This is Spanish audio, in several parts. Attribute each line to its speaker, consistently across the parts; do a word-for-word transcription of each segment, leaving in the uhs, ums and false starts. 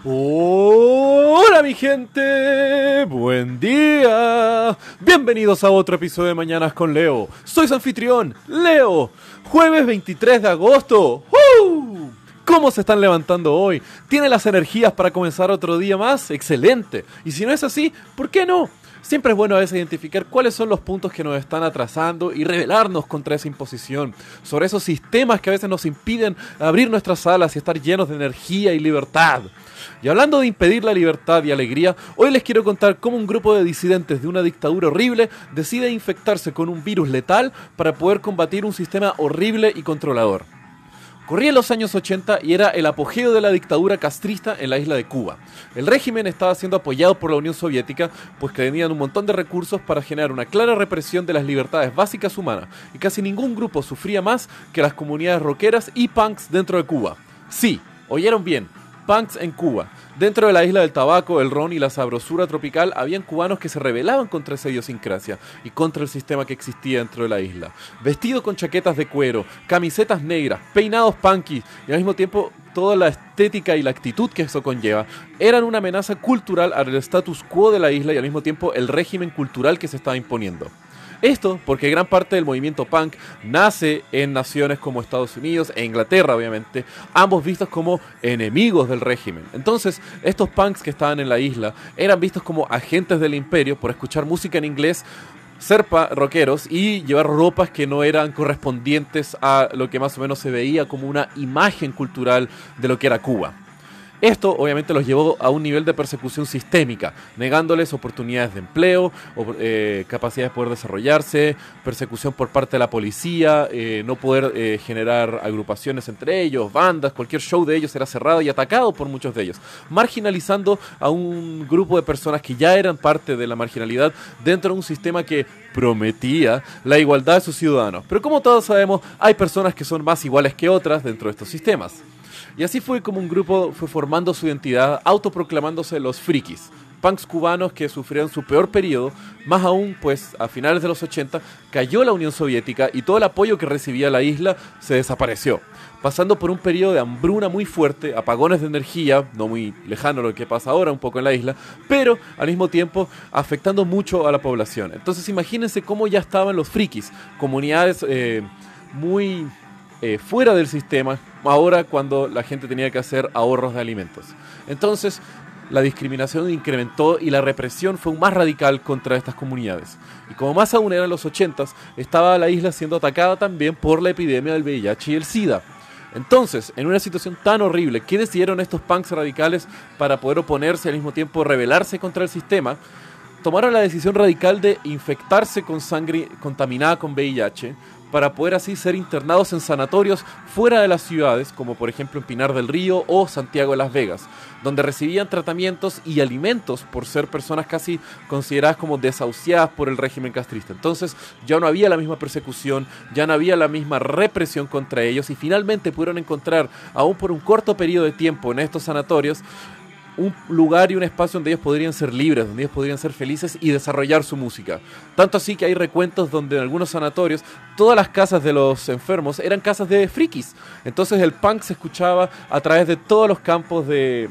Speaker 1: Hola mi gente, buen día. Bienvenidos a otro episodio de Mañanas con Leo. Soy su anfitrión, Leo. Jueves veintitrés de agosto. ¡Uh! ¿Cómo se están levantando hoy? ¿Tienen las energías para comenzar otro día más? ¡Excelente! Y si no es así, ¿por qué no? Siempre es bueno a veces identificar cuáles son los puntos que nos están atrasando y rebelarnos contra esa imposición, sobre esos sistemas que a veces nos impiden abrir nuestras alas y estar llenos de energía y libertad. Y hablando de impedir la libertad y alegría, hoy les quiero contar cómo un grupo de disidentes de una dictadura horrible decide infectarse con un virus letal para poder combatir un sistema horrible y controlador. Corría en los años ochenta y era el apogeo de la dictadura castrista en la isla de Cuba. El régimen estaba siendo apoyado por la Unión Soviética, pues que tenían un montón de recursos para generar una clara represión de las libertades básicas humanas, y casi ningún grupo sufría más que las comunidades rockeras y punks dentro de Cuba. Sí, oyeron bien, punks en Cuba. Dentro de la isla del tabaco, el ron y la sabrosura tropical, habían cubanos que se rebelaban contra esa idiosincrasia y contra el sistema que existía dentro de la isla. Vestidos con chaquetas de cuero, camisetas negras, peinados punky y al mismo tiempo toda la estética y la actitud que eso conlleva, eran una amenaza cultural al status quo de la isla y al mismo tiempo el régimen cultural que se estaba imponiendo. Esto porque gran parte del movimiento punk nace en naciones como Estados Unidos e Inglaterra, obviamente, ambos vistos como enemigos del régimen. Entonces, estos punks que estaban en la isla eran vistos como agentes del imperio por escuchar música en inglés, ser rockeros y llevar ropas que no eran correspondientes a lo que más o menos se veía como una imagen cultural de lo que era Cuba. Esto obviamente los llevó a un nivel de persecución sistémica, negándoles oportunidades de empleo, o, eh, capacidad de poder desarrollarse, persecución por parte de la policía, eh, no poder eh, generar agrupaciones entre ellos, bandas, cualquier show de ellos era cerrado y atacado por muchos de ellos, marginalizando a un grupo de personas que ya eran parte de la marginalidad dentro de un sistema que prometía la igualdad de sus ciudadanos. Pero como todos sabemos, hay personas que son más iguales que otras dentro de estos sistemas. Y así fue como un grupo fue formando su identidad, autoproclamándose los frikis, punks cubanos que sufrieron su peor periodo, más aún pues a finales de los ochenta cayó la Unión Soviética y todo el apoyo que recibía la isla se desapareció, pasando por un periodo de hambruna muy fuerte, apagones de energía, no muy lejano a lo que pasa ahora un poco en la isla, pero al mismo tiempo afectando mucho a la población. Entonces imagínense cómo ya estaban los frikis, comunidades eh, muy... Eh, fuera del sistema, ahora cuando la gente tenía que hacer ahorros de alimentos. Entonces, la discriminación incrementó y la represión fue aún más radical contra estas comunidades. Y como más aún eran los ochentas, estaba la isla siendo atacada también por la epidemia del V I H y el SIDA. Entonces, en una situación tan horrible, ¿qué decidieron estos punks radicales para poder oponerse y al mismo tiempo rebelarse contra el sistema? Tomaron la decisión radical de infectarse con sangre contaminada con V I H, para poder así ser internados en sanatorios fuera de las ciudades, como por ejemplo en Pinar del Río o Santiago de Las Vegas, donde recibían tratamientos y alimentos por ser personas casi consideradas como desahuciadas por el régimen castrista. Entonces ya no había la misma persecución, ya no había la misma represión contra ellos y finalmente pudieron encontrar, aún por un corto periodo de tiempo en estos sanatorios, un lugar y un espacio donde ellos podrían ser libres, donde ellos podrían ser felices y desarrollar su música. Tanto así que hay recuentos donde en algunos sanatorios todas las casas de los enfermos eran casas de frikis. Entonces el punk se escuchaba a través de todos los campos de,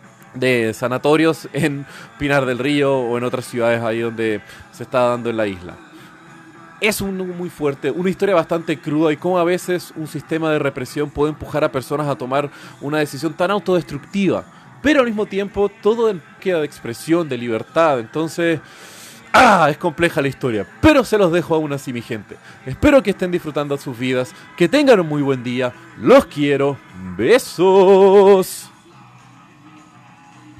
Speaker 1: de sanatorios en Pinar del Río o en otras ciudades ahí donde se está dando en la isla. Es un muy fuerte, una historia bastante cruda y cómo a veces un sistema de represión puede empujar a personas a tomar una decisión tan autodestructiva. Pero al mismo tiempo todo queda de expresión, de libertad. Entonces, ¡ah! Es compleja la historia. Pero se los dejo aún así, mi gente. Espero que estén disfrutando sus vidas. Que tengan un muy buen día. Los quiero. Besos.